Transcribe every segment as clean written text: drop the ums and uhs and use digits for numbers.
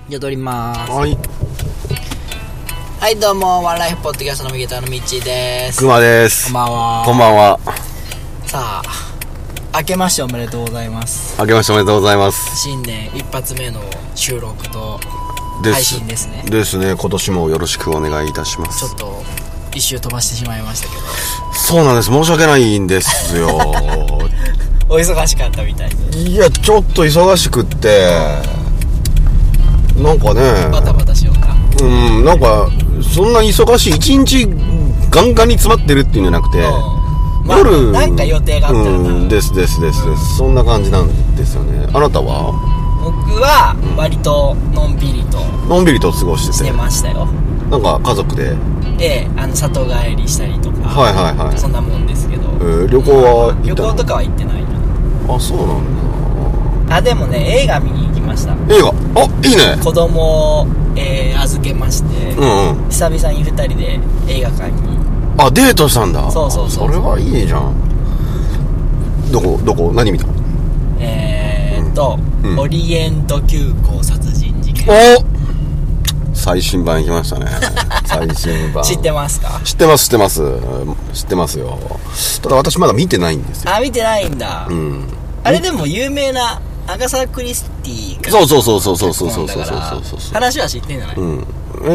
じゃあ撮りまーす。 はいはいどうも、ワンライフポッドキャストのミゲターのミッチーです。 くまです。 こんばんは。 こんばんは。 さあ、明けましておめでとうございます。 明けましておめでとうございます。 新年一発目の収録と配です信ですね。 ですね。今年もよろしくお願いいたします。 ちょっと一周飛ばしてしまいましたけど。 そうなんです。申し訳ないんですよ。 お忙しかったみたいで。 いや、ちょっと忙しくってなんかね、 バタバタしようか。 なんかそんな忙しい一日ガンガンに詰まってるっていうんじゃなくて、 まあ、 夜なんか予定があったらな。 です、そんな感じなんですよね。あなたは？ 僕は割とのんびりとのんびりと過ごしてしてましたよ。 なんか家族で里帰りしたりとか、 はいはいはい、 そんなもんですけど、 旅行は行ったの？ 旅行とかは行ってないな。 あ、そうなんだ。 でもね、映画見に行きました。 映画、あ、いいね。 子供を、預けまして、久々に2人で映画館に。 あ、デートしたんだ。 そうそれはいいじゃん。どこ何見た？ オリエント急行殺人事件。 お、最新版行きましたね。最新版知ってますか？ 知ってますよ。ただ私まだ見てないんですよ。 見てないんだ。あれでも有名なアガサ・クリスティが、 そう話は知ってんじゃない？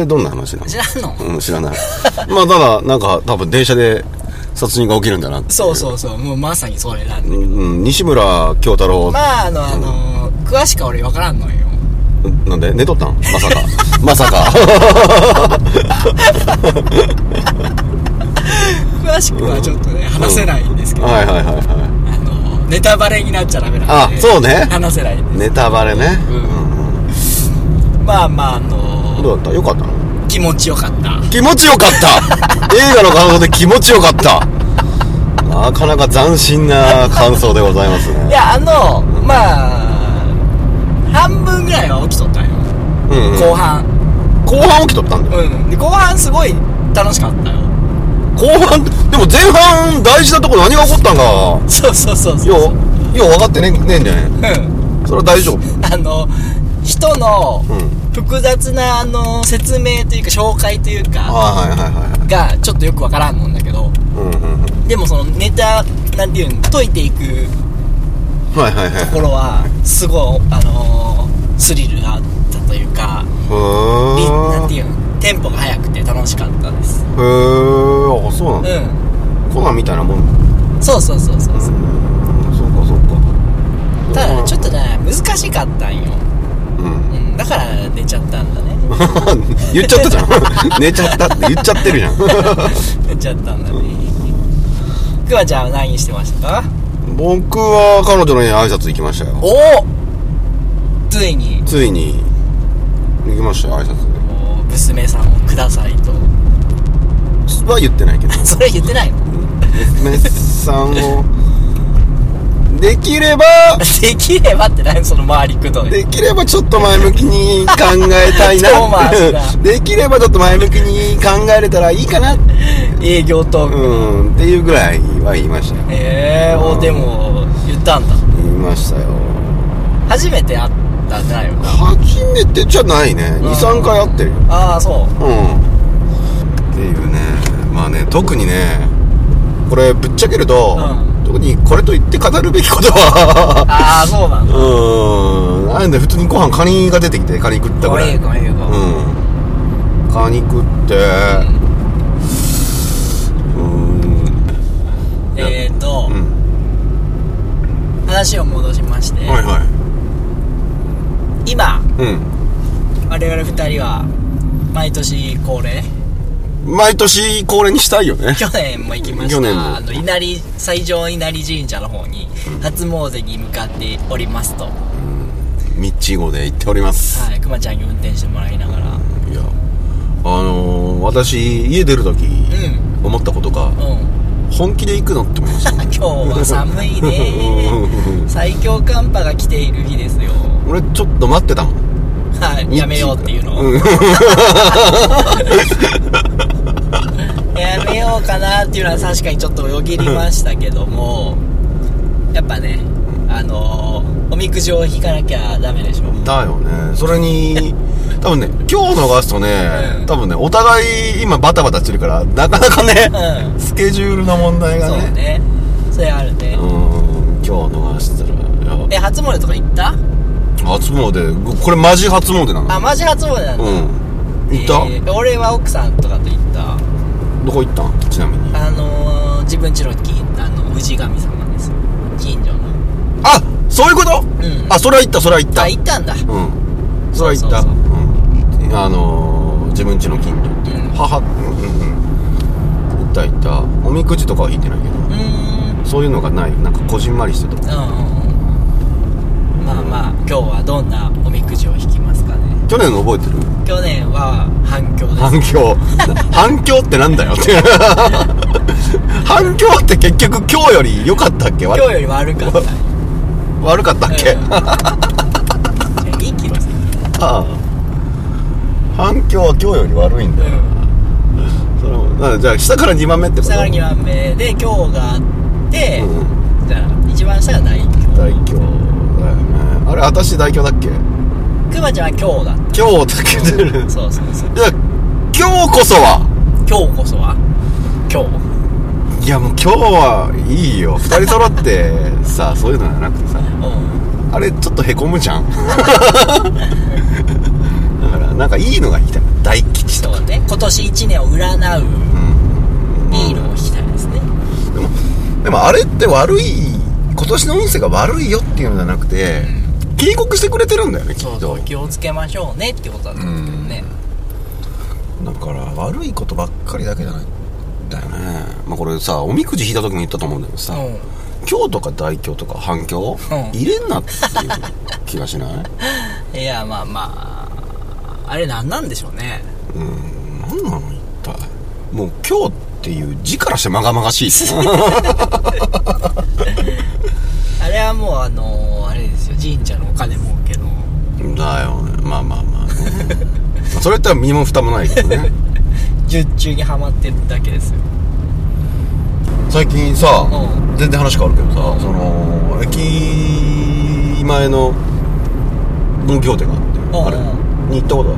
どんな話なの？ 知らんの？ 知らない。まあただなんか多分電車で殺人が起きるんだなって。 そうもうまさにそれなんで、 西村京太郎。 まあ詳しくは俺分からんのよ。 なんで寝とったん？まさか詳しくはちょっとね話せないんですけど、ネタバレになっちゃダメなんで。 そうね、 話せないんです。 ネタバレね。 まあどうだった？よかったの？ 気持ちよかった。 映画の感想で気持ちよかった。なかなか斬新な感想でございますね。 いやまあ半分ぐらいは起きとったんよ。後半起きとったんだよ。 で後半すごい楽しかったよ。 後半でも前半大事なところ何が起こったんか。 そうよう分かってねえんじゃない？それは大丈夫。 人の複雑な説明というか紹介というかがちょっとよくわからんもんだけど、でもそのネタなんていうの解いていくところはすごいスリルがあったというか、なんていうの、テンポが速くて楽しかったです。 あ、そうなんだ。コナンみたいなもん。 そうそうか。 ただちょっとね難しかったんよ。だから寝ちゃったんだね。 言っちゃったじゃん。寝ちゃったって言っちゃってるじゃん。 寝ちゃったんだね。くまちゃんは何してましたか？ 僕は彼女の家に挨拶行きましたよ。 ついに行きましたよ、挨拶。 娘さんをくださいとは言ってないけど。 それ言ってないの？ 娘さんをできればって何その回りくどい。 できればちょっと前向きに考えたいな。できればちょっと前向きに考えれたらいいかな。 営業トークっていうぐらいは言いましたよ。 でも言ったんだ。 言いましたよ。 初めて会ったんじゃないよな。 初めてじゃないね。 2,3 回会ってるよ。 そうっていうね。まあね、特にねこれぶっちゃけると、特にこれと言って語るべきことはそうなんだ。 なんで普通にご飯カニが出てきて、カニ食ったぐらい。カニ食って話を戻しまして、今、我々2人は毎年恒例にしたいよね。去年も行きました。最上稲荷神社の方に初詣に向かっておりますと。 ミッチー号で行っております。 くまちゃんに運転してもらいながら。いや、私家出る時、思ったことが、本気で行くのって思いました。 今日は寒いね。最強寒波が来ている日ですよ。 俺ちょっと待ってたもん。 やめようっていうの。やめようかなっていうのは確かにちょっとよぎりましたけども、 やっぱね、おみくじを引かなきゃダメでしょ。 だよね。それに多分ね、今日逃すとね、多分ね、お互い今バタバタしてるからなかなかね、スケジュールの問題がね。 そうね、それあるね。 今日逃したら。 初詣とか行った？ 初詣、これマジ初詣なの。 マジ初詣なんだ。 行った？ 俺は奥さんとかと行った。 どこ行ったん？ちなみに自分家の氏神様ですよ、近所の。 あ、そういうこと？それは行った。 行ったんだ。 それは行った。自分家の近所っていう、母、行った。おみくじとかは引いてないけど、そういうのがない。なんかこじんまりしてた。 まあ今日はどんなおみくじを引きますかね。 去年の覚えてる？ 去年は反響です。 反響ってなんだよって反響って結局今日より良かったっけ？ 今日より悪かった。 悪かったっけ？ いい気がする。 反響は今日より悪いんだよ。じゃあ下から2番目ってこと？ 下から2番目で今日があって、じゃあ一番下が大凶。 大凶だよね。あれ、私大凶だっけ？ くまちゃんは今日だった。 今日だけ出る。 そう。 いや、今日こそはいや、もう今日はいいよ。2人揃ってさそういうのじゃなくてさ、あれちょっとへこむじゃんだからなんかいいのが引きたい。大吉とか。 そうね、今年1年を占う、いいのを引きたいですね。 でもあれって今年の運勢が悪いよっていうのじゃなくて、警告してくれてるんだよね、きっと。 そう気をつけましょうねってことだったんだけどね。 だから悪いことばっかりだけじゃないんだよね。これさ、おみくじ引いた時に言ったと思うんだけどさ、今日とか大凶とか反響、入れんなっていう気がしない？ いや、まああれ何なんでしょうね。 何なの一体。もう今日っていう字からしてまがまがしいあれはもうあれですよ、神社のお金儲けの。 だよね。まあそれっては身も蓋もないけどね術中にはまってるだけですよ。 最近さ、全然話変わるけどさ、その駅前の文教店があって、あれに行ったことがあって、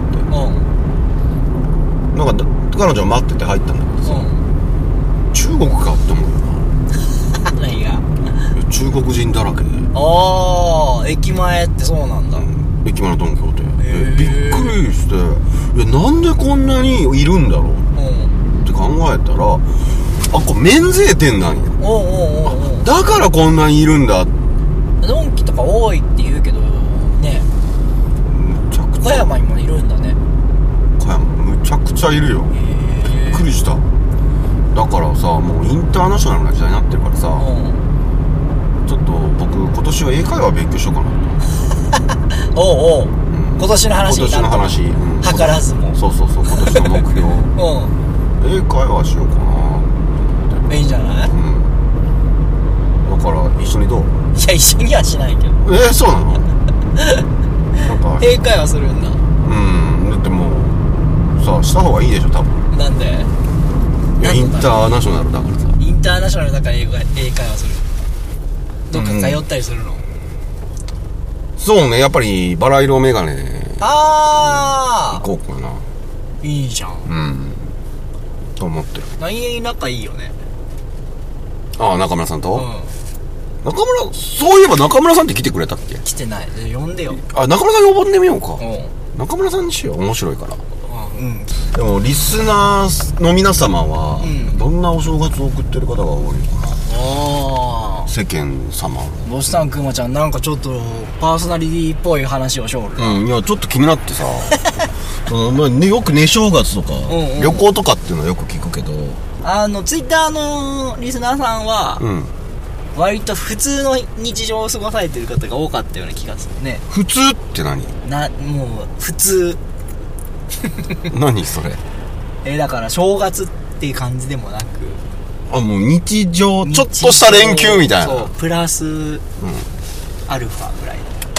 なんか彼女待ってて入ったんだけどさ、中国かって思うよな何が？ 中国人だらけで。 駅前ってそうなんだ。 駅前のドン・キホーテ、びっくりして、なんでこんなにいるんだろうって考えたら、これ免税店なんや。だからこんなにいるんだ。 ドンキとか多いって言うけどね、岡山にもいるんだね。 岡山むちゃくちゃいるよ。びっくりした。だからさ、もうインターナショナルな時代になってるからさ、ちょっと僕今年は英会話勉強しようかなと今年の話になった。図らずも。 そう今年の目標英会話しようかな。 いいんじゃない？ だから一緒にどう？ いや、一緒にはしないけど。 そうなの？なんか英会話するんだ。 だってもうさ、した方がいいでしょ多分。 なんで？ インターナショナルだからさ。 インターナショナルだから英会話する。どっか通ったりするの？ そうね、やっぱりバラ色メガネ行こうかな。 いいじゃん。 と思ってる。 何気に仲いいよね。 中村さんと？そういえば中村さんって来てくれたっけ？ 来てない。呼んでよ。 中村さん呼んでみようか。中村さんにしよう。面白いから。でもリスナーの皆様はどんなお正月を送ってる方が多いのかな。世間様。 ボスタンくまちゃん、なんかちょっとパーソナリティっぽい話をしょる。 いや、ちょっと気になってさよくね、正月とか旅行とかっていうのはよく聞くけど、 ツイッターのリスナーさんは割と普通の日常を過ごされてる方が多かったような気がするね。 普通って何？ もう普通何それ？ だから正月っていう感じでもなく、 もう日常、ちょっとした連休みたいな。 そう、プラスアルファぐらい。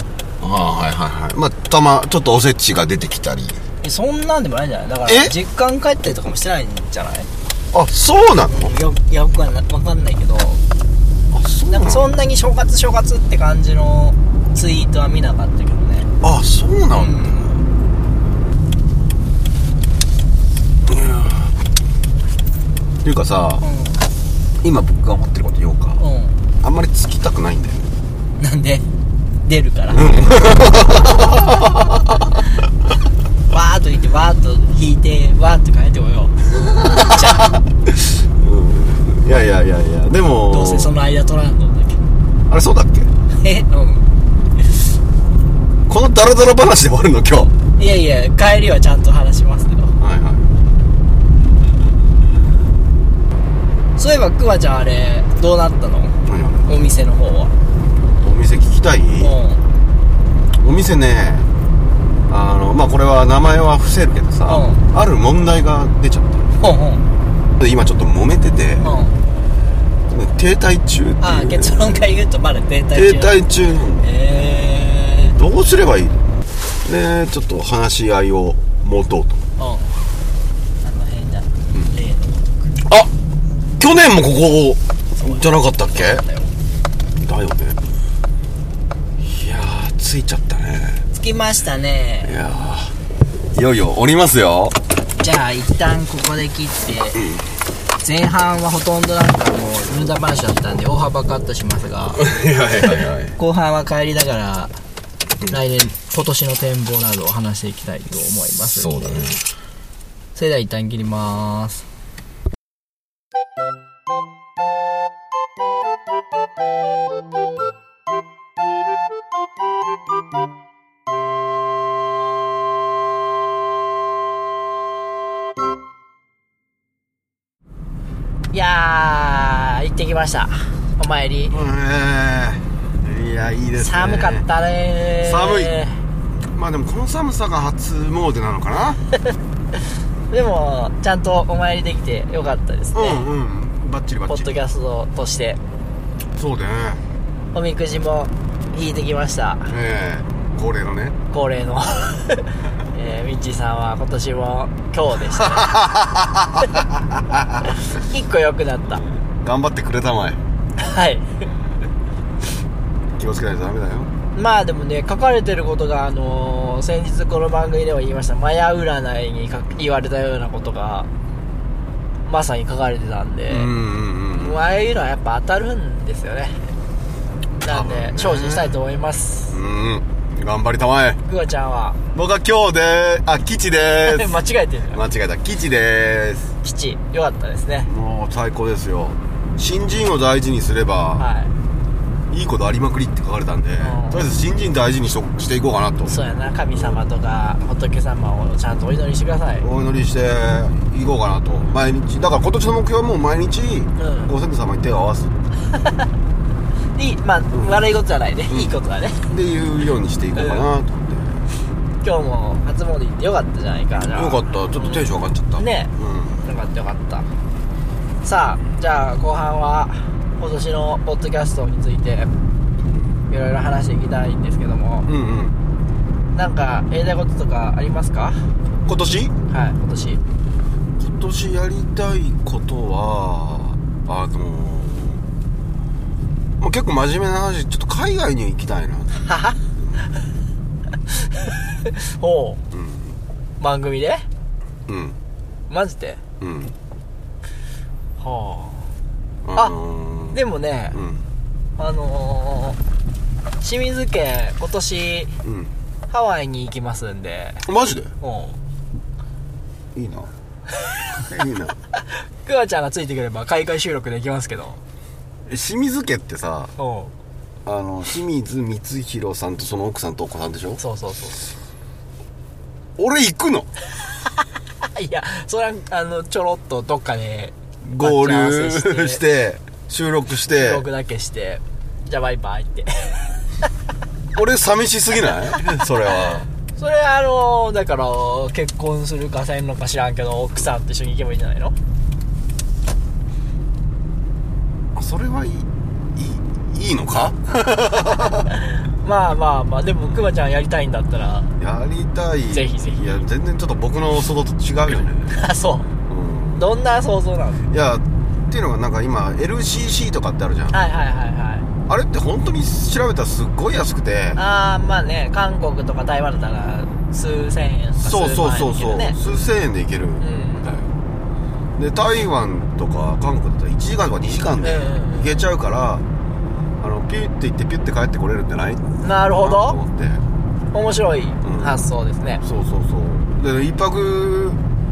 ちょっとおせちが出てきたり。 そんなんでもないんじゃない？だから実家帰ったりとかもしてないんじゃない？ そうなの？ いや、わかんないけど、なんかそんなに正月って感じのツイートは見なかったけどね。 あ、そうなんだ、っていうかさ、今僕が思ってること言おうか。あんまりつきたくないんだよね。 なんで？出るから。わーっと言ってわーっと引いてわーっと変えてこよう。 いやでもどうせその間取らんのだけど。 あれそうだっけ？このダラダラ話で終わるの今日？ いや帰りはちゃんと話しますけど。そういえばクワちゃんあれどうなったの？お店の方は。 お店聞きたい？お店ね、まあこれは名前は伏せるけどさ、ある問題が出ちゃった。で今ちょっと揉めてて、停滞中っていう。 ああ、結論から言うとまだ停滞中なんだ。どうすればいいの？でちょっと話し合いを持とうと。 あの辺だ。 あ、去年もここじゃなかったっけ？だよね。いやー、着いちゃったね。 着きましたね。 いやー、いよいよ降りますよ。 じゃあ一旦ここで切って、前半はほとんどなんかもう無駄話だったんで大幅カットしますが後半は帰りながら来年今年の展望などを話していきたいと思いますので。 そうだね。 それでは一旦切ります。いやー、行ってきました。お参り。 いや、いいですね。 寒かったね。 寒い。まあでもこの寒さが初詣なのかな。 でもちゃんとお参りできてよかったですね。 バッチリバッチリ。 ポッドキャストとして。 そうだね。 おみくじも引いてきました。 恒例のね。 恒例のミッチーさんは今年も今日でした。一個良くなった。 頑張ってくれたまえ。 はい。 気をつけないとダメだよ。 まあでもね、書かれてることが先日この番組でも言いましたマヤ占いに言われたようなことがまさに書かれてたんで、ああいうのはやっぱ当たるんですよね。なんで精進したいと思います。 頑張りたまえ。 クワちゃんは？ 僕は今日で吉です。 間違えてる。 間違えた。吉です。 吉、よかったですね。 もう最高ですよ。新人を大事にすれば、いいことありまくりって書かれたんで、とりあえず新人大事にしていこうかなと。 そうやな。神様とか仏様をちゃんとお祈りしてください。 お祈りしていこうかなと。毎日だから今年の目標はもう毎日ご先祖様に手を合わす。 まあ、悪いことじゃないね。いいことだね。 っていうようにしていこうかなと思って。 今日も初詣行ってよかったじゃないか。 よかった。ちょっとテンション上がっちゃったね。よかったよかった。さあ、じゃあ後半は今年のポッドキャストについていろいろ話していきたいんですけども、なんかやりたいこととかありますか？ 今年？ はい、今年やりたいことは結構真面目な話、ちょっと海外に行きたいな。 ほう、番組で？マジで？はあ。でもね、清水家今年、ハワイに行きますんで。 マジで？いいな。いいな。 クワちゃんがついてくれば海外収録できますけど。 清水家ってさ、清水光弘さんとその奥さんとお子さんでしょ？そう。俺行くの？ いや、それはちょろっとどっかで合流して収録して収録だけして、じゃあバイバイって。 俺寂しすぎない？それは。 それだから結婚するかせんのか知らんけど奥さんと一緒に行けばいいんじゃないの？ それはいいのか？ まあでもクマちゃんやりたいんだったらやりたい。ぜひ。いや全然ちょっと僕の想像と違うよね。 あ、そう、どんな想像なの？ いやっていうのがなんか今 LCC とかってあるじゃん。 はい。 ああれって本当に調べたらすっごい安くて、 まあね、韓国とか台湾だったら数千円とか数万円でいけるね。 数千円でいけるんだよ、で台湾とか韓国だったら1時間とか2時間で行けちゃうから、ピュッて行ってピュッて帰ってこれるんじゃない？ なるほど、 と思って面白い発想ですね、 そうで一泊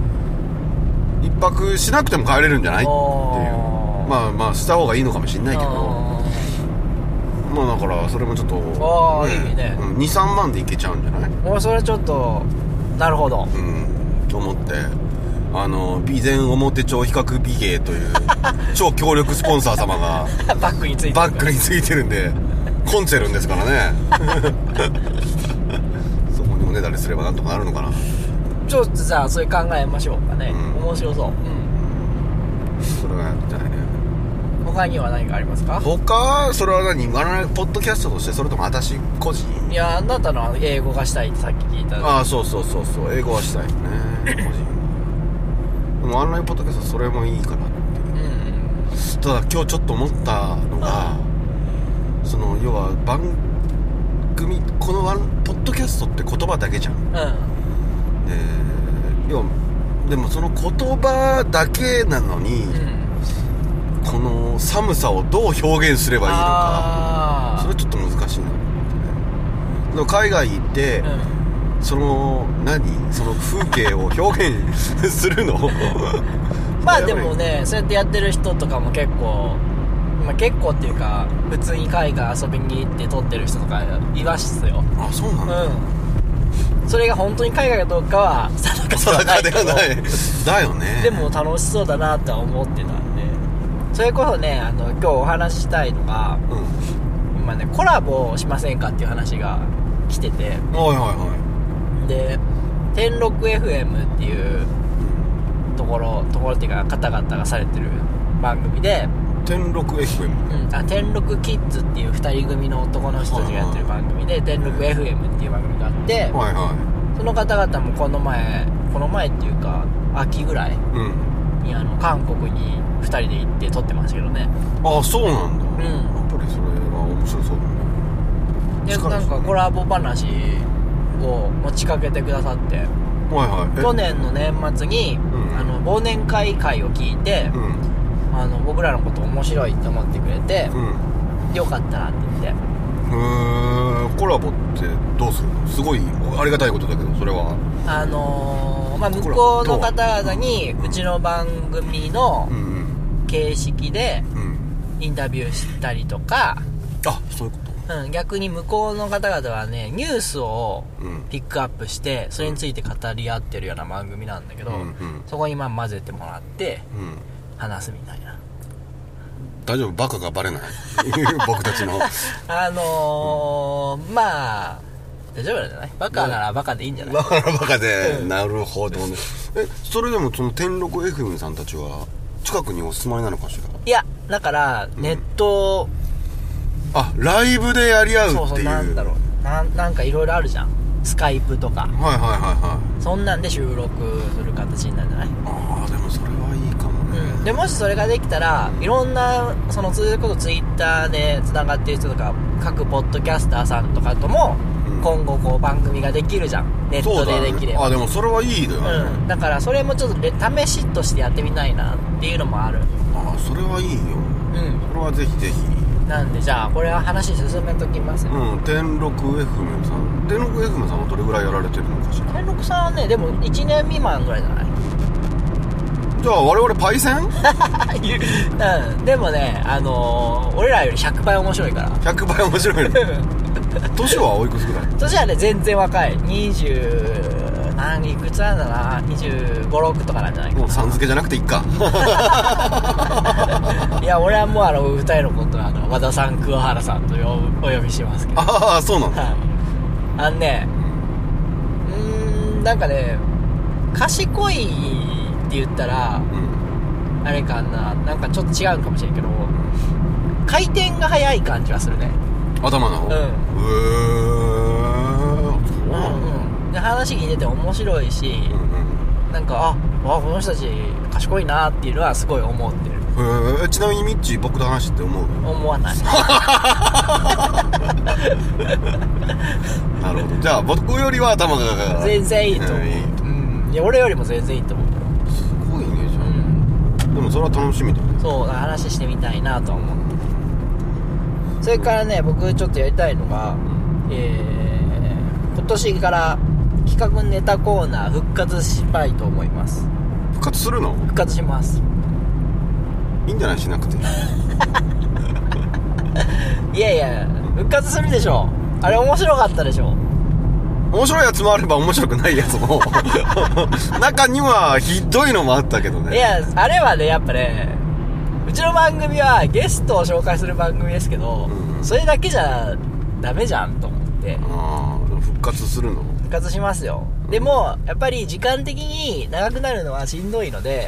しなくても帰れるんじゃないっていう、まあした方がいいのかもしれないけど、まあだからそれもちょっといいね、 2,3 万でいけちゃうんじゃない？ それちょっとなるほどと思って、備前表町比較美芸という超強力スポンサー様がバックについてるんでコンチェルンですからねそこにおねだりすればなんとかなるのかな。 ちょっとじゃあそれ考えましょうかね、面白そう、 それはやりたいね。 他には何かありますか？ それは何ポッドキャストとして、それとも私個人？ いや、あなたの英語がしたいってさっき聞いた。 そう英語はしたいね個人でもオンラインポッドキャストそれもいいかなっていう、ただ今日ちょっと思ったのが、要は番組、このポッドキャストって言葉だけじゃん、でもその言葉だけなのに、この寒さをどう表現すればいいのか、それちょっと難しいなってね。海外行って、その風景を表現するのまあでもね、そうやってやってる人とかも結構っていうか、普通に海外遊びに行って撮ってる人とかいますよ。 そうなんだ、 それが本当に海外かどうかは定かではないだよね。 でも楽しそうだなとは思ってたんで、それこそね、今日お話ししたいのが、今ねコラボしませんかっていう話が来てて、で天禄 FM っていうところっていうか方々がされてる番組で、 天禄 FM、 天禄キッズっていう2人組の男の人たちがやってる番組で、天禄 FM っていう番組があって、その方々もこの前っていうか秋ぐらいに韓国に2人で行って撮ってましたけどね。 そうなんだ、やっぱりそれは面白そうだね。 でなんかコラボ話を持ちかけてくださって、去年の年末に、忘年会を聞いて、僕らのこと面白いと思ってくれて、よかったなって言って。 コラボってどうするの？すごいありがたいことだけど、それは向こうの方々にうちの番組の形式でインタビューしたりとか、 そういうこと？ 逆に向こうの方々はね、ニュースをピックアップしてそれについて語り合ってるような番組なんだけど、そこに混ぜてもらって話すみたいな。 大丈夫？バカがバレない僕たちのまあ大丈夫なんじゃない？バカならバカでいいんじゃない？ バカならバカで、なるほどね。それでもその天禄 FM さんたちは近くにお住まいなのかしら？ いや、だからネット、 ライブでやり合うっていう、 なんだろう、なんかいろいろあるじゃん、スカイプとか、そんなんで収録する形になるんじゃない？ でもそれはいいかもね、 でもしそれができたら、いろんなそのツイッターでつながってる人とか各ポッドキャスターさんとかとも、今後こう番組ができるじゃん、ネットでできれば。 でもそれはいいだよね、 だからそれもちょっと試しとしてやってみたいなっていうのもある。 それはいいよ、それはぜひぜひ。 なんでじゃあこれは話進めときますね。 天禄 FM さん、天禄 FM さんはどれぐらいやられてるのかしら？ 天禄さんはね、でも1年未満ぐらいじゃない？ じゃあ我々パイセンでもね、俺らより100倍面白いから。 100倍面白いの年はおいくつぐらい？年はね全然若い、20いくつなんだな、25、6とかなんじゃないかな。 もうさん付けじゃなくていいかいや、俺はもう2人のことは和田さん、桑原さんとお呼びしますけど。 そうなんだ。 なんかね、賢いって言ったら、あれかな、なんかちょっと違うかもしれんけど、回転が早い感じはするね、 頭の。 で話聞いてて面白いし、なんかこの人たち賢いなっていうのはすごい思ってる。 ちなみにミッチー僕と話して思わないなるほど。じゃあ僕よりは頭が全然いいと思う、いや俺よりも全然いいと思う。 すごいねじゃあ、でもそれは楽しみだね。 そう話してみたいなと思って。それからね僕ちょっとやりたいのが、今年から企画ネタコーナー復活したいと思います。 復活するの？ 復活します。 いいんじゃないしなくていやいや復活するでしょ。あれ面白かったでしょ。 面白いやつもあれば面白くないやつも中にはひどいのもあったけどね。 いやあれはねやっぱねうちの番組はゲストを紹介する番組ですけど、それだけじゃダメじゃんと思って。 復活するの？ 復活しますよ、でもやっぱり時間的に長くなるのはしんどいので、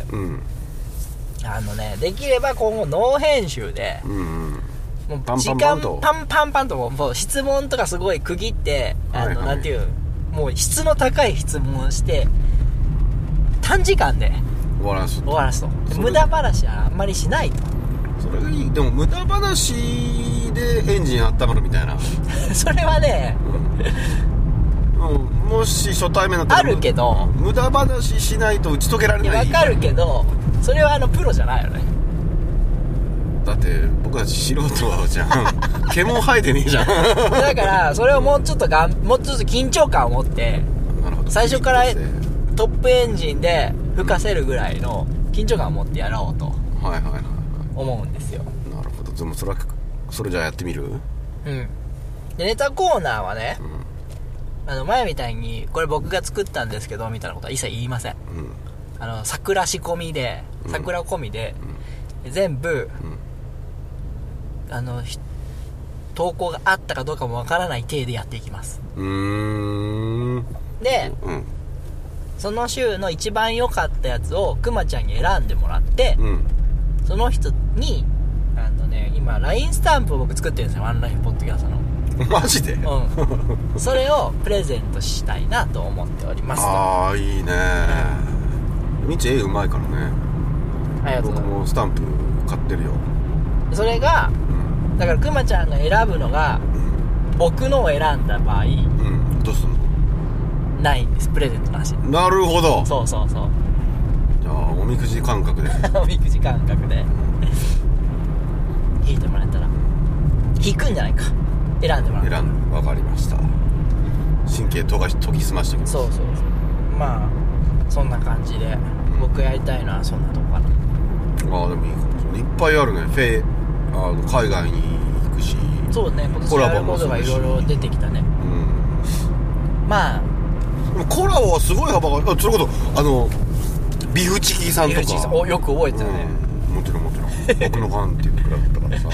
できれば今後ノー編集で、もう時間パンパンともう質問とかすごい区切ってなんていうもう質の高い質問をして短時間で終わらすと。無駄話はあんまりしないと。 それがいい。でも無駄話でエンジン温まるみたいなそれはね、 もし初対面だったらあるけど無駄話しないと打ち解けられない。 わかるけどそれはプロじゃないよね。 だって僕たち素人じゃん毛も生えてねえじゃんだからそれをもうちょっと緊張感を持って最初からトップエンジンで吹かせるぐらいの緊張感を持ってやろうと思うんですよ。 なるほど。でもそれじゃあやってみる？ でネタコーナーはね、前みたいにこれ僕が作ったんですけどみたいなことは一切言いません。桜仕込みで桜込みで、全部、投稿があったかどうかもわからない体でやっていきます。で、その週の一番良かったやつをくまちゃんに選んでもらって、その人に今 LINE スタンプを僕作ってるんですよ。ワンライフポッドキャストの。 マジで？ それをプレゼントしたいなと思っております。 ああいいね。みち絵うまいからね。 ありがとうございます。 僕もスタンプ買ってるよ。 それが、だからくまちゃんが選ぶのが、僕のを選んだ場合、 どうすんの？ ないんです。プレゼントなし。 なるほど。 そうじゃあおみくじ感覚でおみくじ感覚で引いてもらえたら引くんじゃないか、選んでもらう。 わかりました。神経研ぎ澄ましておきます。 そうまあそんな感じで、僕やりたいのはそんなとこかな。 でもいいかもしれない。いっぱいあるね。海外に行くし。 そうね、今年やることがいろいろ出てきたね。まあでもコラボはすごい幅が。それこそビフチキさんとかよく覚えてたね。 もちろん僕のファンって言ってくれたからさ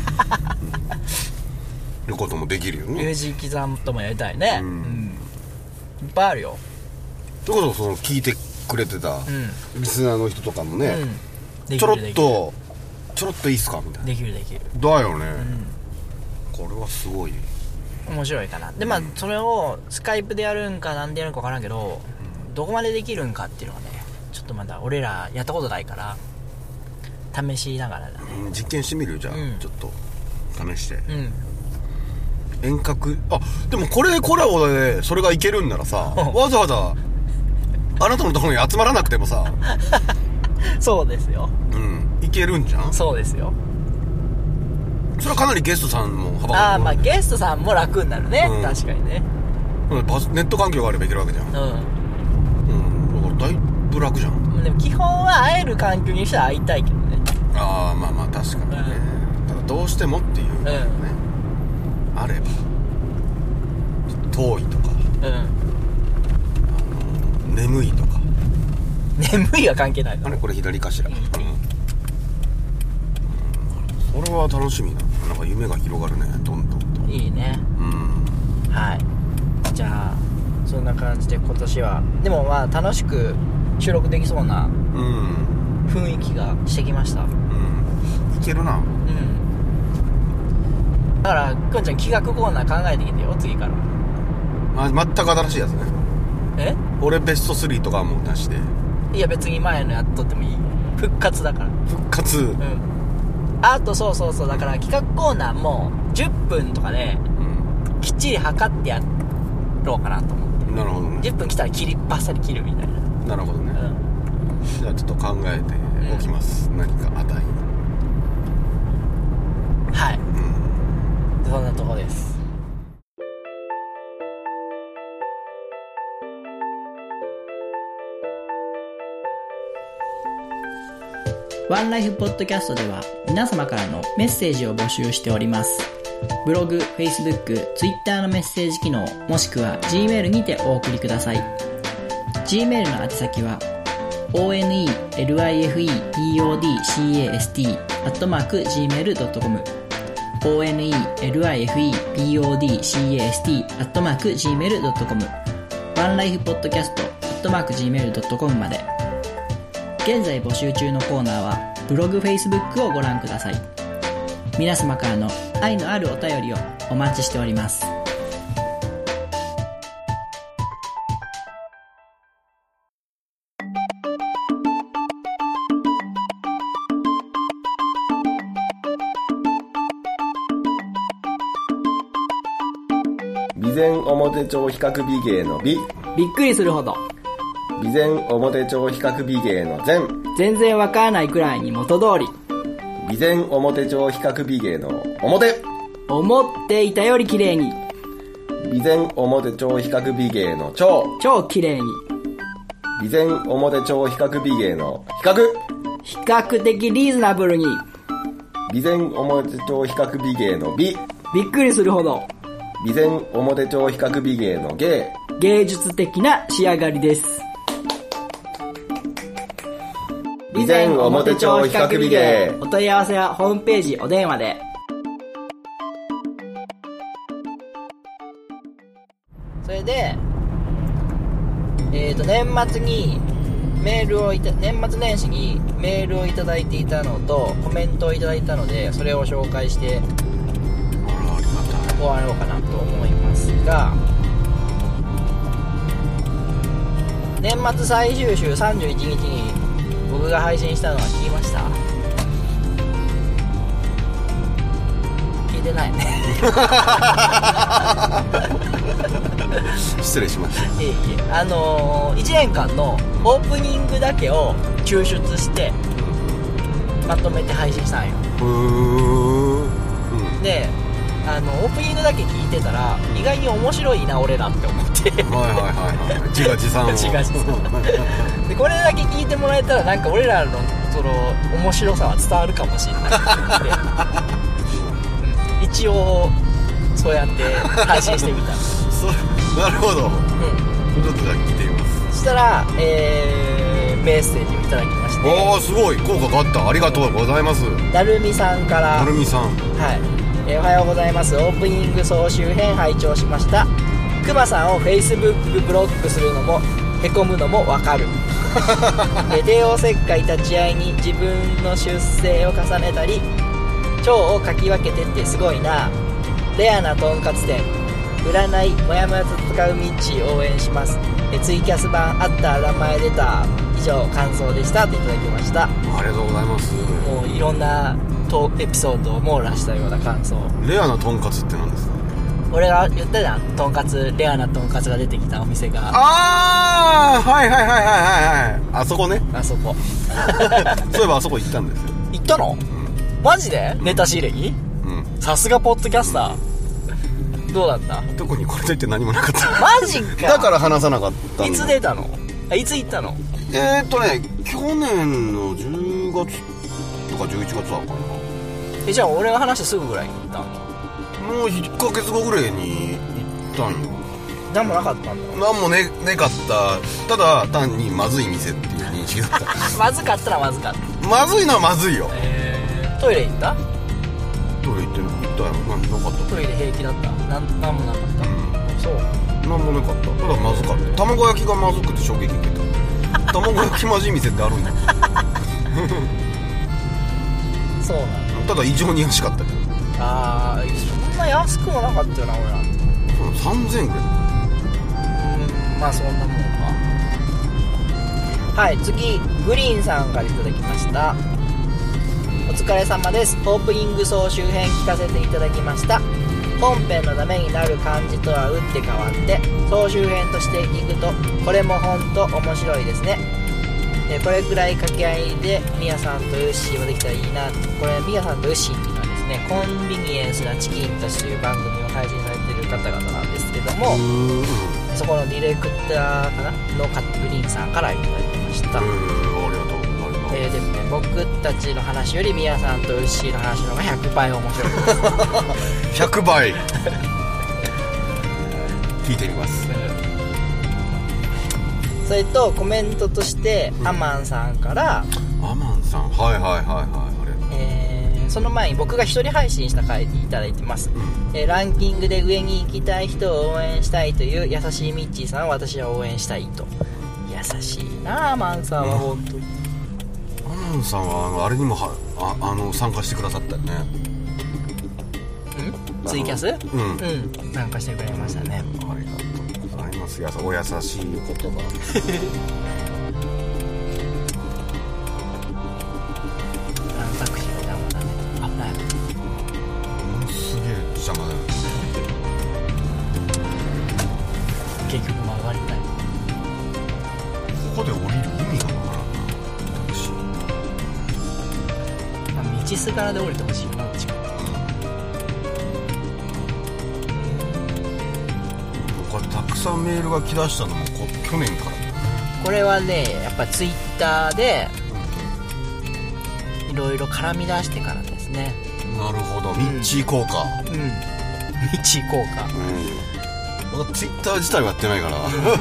いうこともできるよね。 ビフチキさんともやりたいね。いっぱいあるよ。 それこそ聞いてくれてたリスナーの人とかもね、ちょろっといいっすかみたいな。 できるだよね、これはすごい面白いかな。でまあそれをスカイプでやるんかなんでやるんか分からんけど、どこまでできるんかっていうのがねちょっとまだ俺らやったことないから試しながらだね。 実験してみる？じゃあ、ちょっと試して、遠隔。でもこれコラボでそれがいけるんならさわざわざあなたのところに集まらなくてもさそうですよ。 いけるんじゃん。 そうですよ。 それはかなりゲストさんも幅が。 まあゲストさんも楽になるね、確かにね。 ネット環境があればいけるわけじゃん。だからだいぶ楽じゃん。 でも基本は会える環境にしては会いたいけどね。 まあ確かにね、ただどうしてもっていうのがね、あれば遠いとか、眠いとか。 眠いは関係ないの。 これ左かしら。これは楽しみだ。なんか夢が広がるね、どんどんと。いいね。はい。じゃあそんな感じで今年はでもまあ楽しく収録できそうな雰囲気がしてきました。いけるな。 だからくんちゃん企画コーナー考えてきてよ、次から。 全く新しいやつね。俺ベスト3とかもなしで。 いや別に前のやっとってもいい。 復活だから。 復活。うん。 あとそうだから企画コーナーも10分とかで、きっちり測ってやろうかなと思って。 なるほどね。 10分来たらバッサリ切るみたいな。なるほどね。じゃあちょっと考えておきます。何か値。 はい。そんなとこです。ワンライフポッドキャストでは皆様からのメッセージを募集しております。ブログ、Facebook、Twitter のメッセージ機能、もしくは Gmail にてお送りください。Gmail の宛先は onelifepodcast@gmail.com onelifepodcast@gmail.com ワンライフポッドキャスト@gmail.com まで。現在募集中のコーナーはブログ、Facebook をご覧ください。皆様からの愛のあるお便りをお待ちしております。 備前表町比較美芸の美。 びっくりするほど。 備前表町比較美芸の全。 全然わからないくらいに元通り。 備前表町比較美芸の表。 思っていたより綺麗に。 備前表町比較美芸の超。 超綺麗に。 備前表町比較美芸の比較。 比較的リーズナブルに。 備前表町比較美芸の美。 びっくりするほど。 備前表町比較美芸の芸。 芸術的な仕上がりです。 備前表町比較美芸。 お問い合わせはホームページ、お電話で。それで年末にメールを年末年始にメールをいただいていたのとコメントをいただいたので、それを紹介して終わろうかなと思いますが、年末最終週31日に僕が配信したのは聞きました？聞いてないね失礼しました。 1年間のオープニングだけを抽出してまとめて配信したんよ。でオープニングだけ聞いてたら意外に面白いな俺らって思って自画自賛をでこれだけ聞いてもらえたらなんか俺らのその面白さは伝わるかもしれないって一応そうやって配信してみたなるほど、ちょっとじゃあ聞いてみます。 そしたら、メッセージをいただきまして、 おーすごい効果があった。ありがとうございます。 なるみさんから。 なるみさん、 はい、おはようございます。オープニング総集編拝聴しました。くまさんを Facebook ブロックするのもへこむのもわかる帝王切開立ち会いに自分の出世を重ねたり腸をかき分けてってすごいな。レアなとんかつ店占いもやもやと使うミッチー応援します。ツイキャス版あった名前出た。以上感想でしたといただきました。 ありがとうございます。 もういろんなエピソードを網羅したような感想。 レアなとんかつって何ですか？ 俺が言ったじゃん、とんかつ、レアなとんかつが出てきたお店が。 あー、はいはいはいはいはいはい。あそこね。 あそこそういえばあそこ行ったんですよ。 行ったの？マジで？ネタ仕入れに？さすがポッドキャスター。どうだった？ 特にこれといって何もなかった。 マジか。 だから話さなかったんだ。 いつ出たの？いつ行ったの？ 去年の10月とか11月だからな。 じゃあ俺が話してすぐぐらいに行ったの？ もう1ヶ月後ぐらいに行ったんよ。 何もなかったんだ。 何もねかった。ただ単にまずい店っていう認識だったまずかったらまずかった。 まずいのはまずいよ。 トイレ行った？ トイレ行ったよ。なかった。 トイレ平気だった？何もなかった、そう。 何もなかった。ただまずかった。卵焼きがまずくて衝撃受けた卵焼きまずい店ってあるんだそうなんだ。 ただ異常に安かったけど。 ああ、そんな安くもなかったよな俺ら。3000 円ぐらい。 まあそんなもんか。 はい、次グリーンさんからいただきました。お疲れ様です。オープニング総集編聞かせていただきました。本編のためになる感じとは打って変わって総集編として聞くとこれもほんと面白いですね。これくらい掛け合いでミヤさんとヨッシーもできたらいいな。これミヤさんとヨッシーっていうのはですね、コンビニエンスなチキンたちという番組を配信されている方々なんですけども、そこのディレクターかなのカットグリーンさんからいただきました。 ありがとう。 でもね、僕たちの話よりミヤさんとヨッシーの話の方が100倍面白いです 100倍聞いてみます。 それとコメントとして、アマンさんからアマンさん、はいあれ、その前に僕が一人配信した回でいただいてます、ランキングで上に行きたい人を応援したいという優しいミッチーさんを私は応援したいと。優しいなアマンさんは本当に。 アマンさんはあれにも参加してくださったよね。 ツイキャス？参加してくれましたね。 ありがとうございます。お優しい言葉タクシーが邪魔だね。危ない。 すげえ邪魔だよ。 結局曲がりたい。 ここで降りる意味がわからんな。タクシー、 道すがらで降りてほしいな。 これたくさんメールが来だしたのも去年から。 これはね、やっぱツイッターでいろいろ絡み出してからですね。 なるほど、ミッチー効果。 ミッチー効果。 僕ツイッター自体はやってないから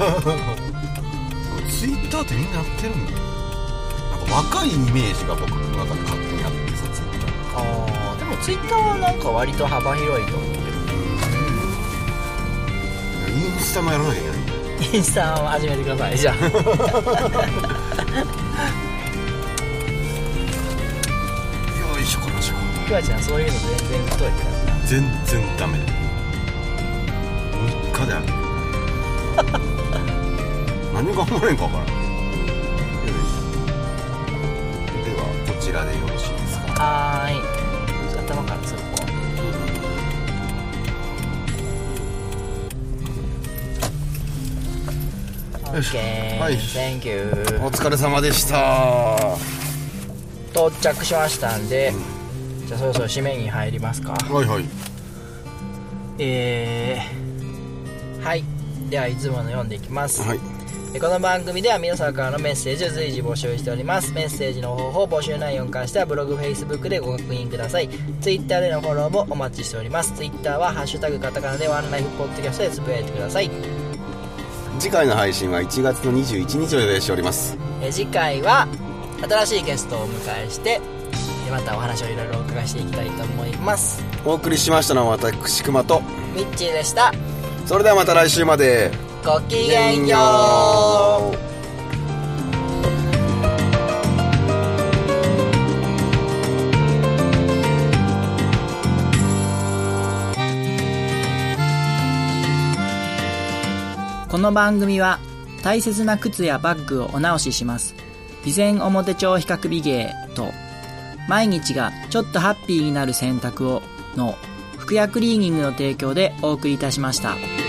ツイッターってみんなやってるんだ。なんか若いイメージが僕の中で勝手にあってさ、ツイッター。 でもツイッターはなんか割と幅広いと思うけど。 インスタもやらなきゃいけないんだよ。 インスタを始めてください。じゃあよいしょこのしょ。 キワちゃんそういうの全然太いからな。 全然ダメ。3日である何が思われんか分からん。ではこちらでよろしいですか。 はーい。頭からするこう。OK、 はい、 Thank you。 お疲れ様でした。 到着しましたんで、じゃあそろそろ締めに入りますか。 はいはい。 はい、ではいつもの読んでいきます。 はい。 この番組では皆さんからのメッセージを随時募集しております。メッセージの方法、募集内容に関してはブログ、Facebook でご確認ください。Twitter でのフォローもお待ちしております。Twitter はハッシュタグカタカナでワンライフポッドキャストでつぶやいてください。 次回の配信は1月の21日を予定しております。 次回は新しいゲストをお迎えしてまたお話をいろいろお伺いしていきたいと思います。 お送りしましたのは私熊とミッチーでした。 それではまた来週まで。 ごきげんよう。この番組は大切な靴やバッグをお直しします備前表帳比較美芸と毎日がちょっとハッピーになる選択をの服薬クリーニングの提供でお送りいたしました。